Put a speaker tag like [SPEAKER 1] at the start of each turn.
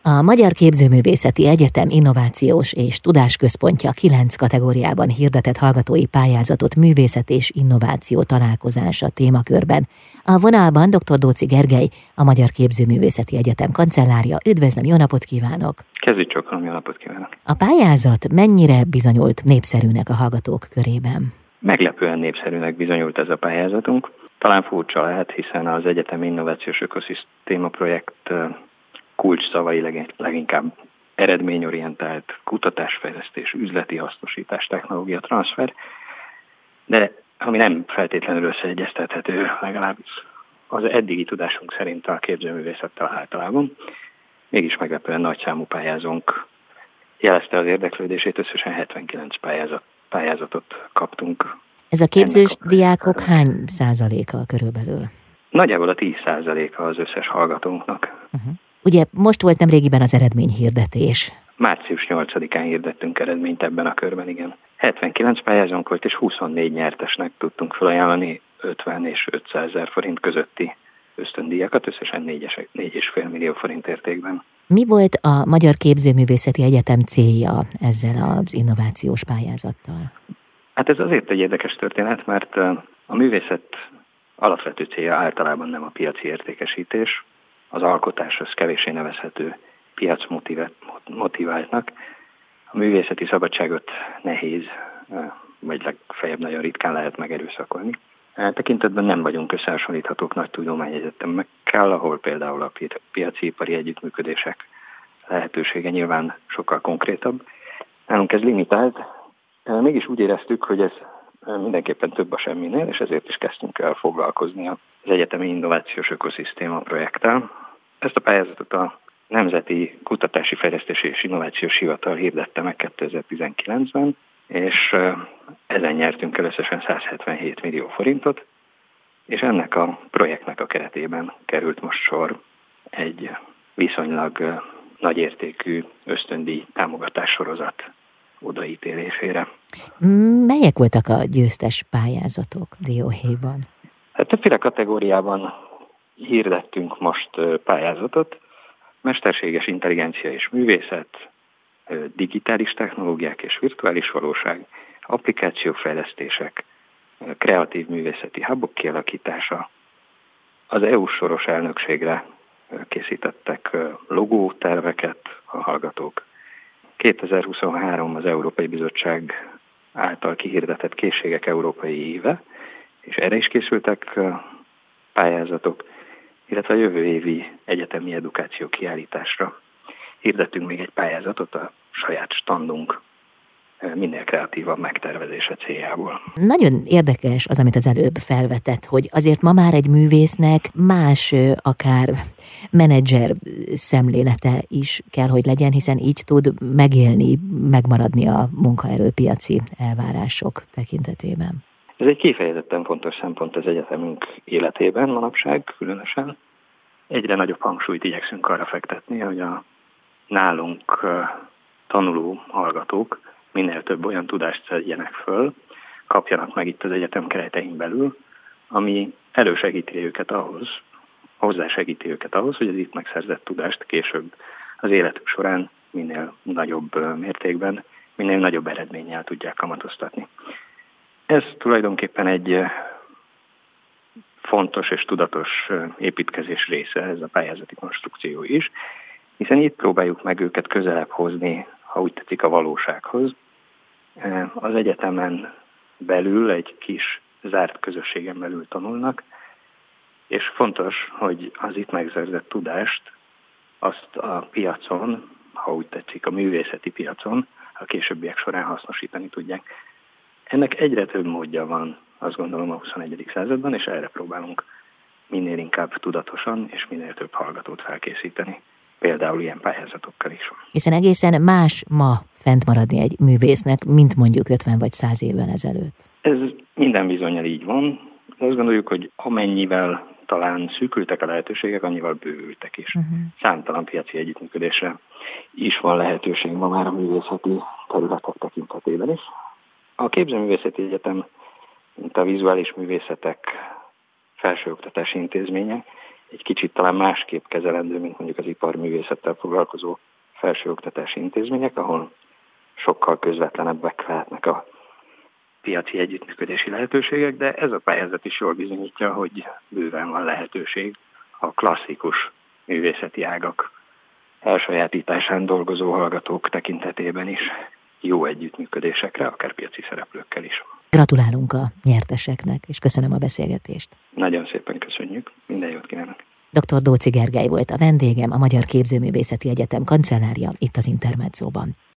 [SPEAKER 1] A Magyar Képzőművészeti Egyetem Innovációs és Tudásközpontja 9 kategóriában hirdetett hallgatói pályázatot művészet és innováció találkozása témakörben. A vonalban dr. Dóczy Gergely, a Magyar Képzőművészeti Egyetem kancellárja. Üdvözlöm, jó napot kívánok!
[SPEAKER 2] Kezdjük csak, jó napot kívánok!
[SPEAKER 1] A pályázat mennyire bizonyult népszerűnek a hallgatók körében?
[SPEAKER 2] Meglepően népszerűnek bizonyult ez a pályázatunk. Talán furcsa lehet, hiszen az Egyetemi Innovációs Ökoszisztéma projekt kulcsszavai leginkább eredményorientált kutatásfejlesztés, üzleti hasznosítás, technológia transfer, de ami nem feltétlenül összeegyeztethető, legalábbis az eddigi tudásunk szerint a képzőművészettel általában. Mégis meglepően nagy számú pályázónk jelezte az érdeklődését, összesen 79 pályázatot kaptunk.
[SPEAKER 1] Ez a képzős diákok hány százaléka körülbelül?
[SPEAKER 2] Nagyjából a 10%-a az összes hallgatónknak.
[SPEAKER 1] Ugye most volt nemrégiben az eredményhirdetés.
[SPEAKER 2] Március 8-án hirdettünk eredményt ebben a körben, igen. 79 pályázónk volt, és 24 nyertesnek tudtunk felajánlani 50 és 500 000 forint közötti ösztöndíjakat, összesen 4,5 millió forint értékben.
[SPEAKER 1] Mi volt a Magyar Képzőművészeti Egyetem célja ezzel az innovációs pályázattal?
[SPEAKER 2] Hát ez azért egy érdekes történet, mert a művészet alapvető célja általában nem a piaci értékesítés, az alkotás az kevéssé nevezhető piac motiváltnak. A művészeti szabadságot nehéz, vagy legfeljebb nagyon ritkán lehet megerőszakolni. Tekintetben nem vagyunk összehasonlíthatók nagy tudományegyetemekkel, ahol például a piaci-ipari együttműködések lehetősége nyilván sokkal konkrétabb. Nálunk ez limitált, mégis úgy éreztük, hogy ez mindenképpen több a semminél, és ezért is kezdtünk el foglalkozni az Egyetemi Innovációs Ökoszisztéma projekttel. Ezt a pályázatot a Nemzeti Kutatási Fejlesztési és Innovációs Hivatal hirdette meg 2019-ben, és ezen nyertünk el összesen 177 millió forintot, és ennek a projektnek a keretében került most sor egy viszonylag nagyértékű ösztöndíj támogatás sorozat odaítélésére.
[SPEAKER 1] Melyek voltak a győztes pályázatok dióhéjban?
[SPEAKER 2] Hát többféle kategóriában hirdettünk most pályázatot. Mesterséges intelligencia és művészet, digitális technológiák és virtuális valóság, applikációfejlesztések, kreatív művészeti hubok kialakítása. Az EU soros elnökségre készítettek logóterveket a hallgatók. 2023 az Európai Bizottság által kihirdetett készségek európai éve, és erre is készültek pályázatok, illetve a jövő évi egyetemi edukáció kiállításra hirdettünk még egy pályázatot a saját standunk minél kreatívabb megtervezése céljából.
[SPEAKER 1] Nagyon érdekes az, amit az előbb felvetett, hogy azért ma már egy művésznek más akár menedzser szemlélete is kell, hogy legyen, hiszen így tud megélni, megmaradni a munkaerőpiaci elvárások tekintetében.
[SPEAKER 2] Ez egy kifejezetten fontos szempont az egyetemünk életében manapság különösen. Egyre nagyobb hangsúlyt igyekszünk arra fektetni, hogy a nálunk tanuló hallgatók minél több olyan tudást szedjenek föl, kapjanak meg itt az egyetem keretein belül, ami hozzásegíti őket ahhoz, hogy az itt megszerzett tudást később az életük során minél nagyobb mértékben, minél nagyobb eredménnyel tudják kamatoztatni. Ez tulajdonképpen egy fontos és tudatos építkezés része, ez a pályázati konstrukció is, hiszen itt próbáljuk meg őket közelebb hozni, ha úgy tetszik, a valósághoz. Az egyetemen belül egy kis zárt közösségen belül tanulnak, és fontos, hogy az itt megszerzett tudást azt a piacon, ha úgy tetszik, a művészeti piacon a későbbiek során hasznosítani tudják. Ennek egyre több módja van, azt gondolom, a 21. században, és erre próbálunk minél inkább tudatosan és minél több hallgatót felkészíteni. Például ilyen pályázatokkal is.
[SPEAKER 1] Hiszen egészen más ma fent maradni egy művésznek, mint mondjuk 50 vagy 100 évvel ezelőtt.
[SPEAKER 2] Ez minden bizonnyal így van. Azt gondoljuk, hogy amennyivel talán szűkültek a lehetőségek, annyival bővültek is. Számtalan piaci együttműködésre is van lehetőség ma már a művészeti területek tekintetében is. A Képzőművészeti Egyetem, mint a vizuális művészetek felsőoktatási intézménye, egy kicsit talán másképp kezelendő, mint mondjuk az iparművészettel foglalkozó felsőoktatási intézmények, ahol sokkal közvetlenebbek lehetnek a piaci együttműködési lehetőségek, de ez a pályázat is jól bizonyítja, hogy bőven van lehetőség a klasszikus művészeti ágak elsajátításán dolgozó hallgatók tekintetében is jó együttműködésekre, akár piaci szereplőkkel is.
[SPEAKER 1] Gratulálunk a nyerteseknek, és köszönöm a beszélgetést.
[SPEAKER 2] Nagyon szépen köszönjük, minden jót kívánok!
[SPEAKER 1] Dr. Dóczy Gergely volt a vendégem, a Magyar Képzőművészeti Egyetem kancellárja itt az Intermedzóban.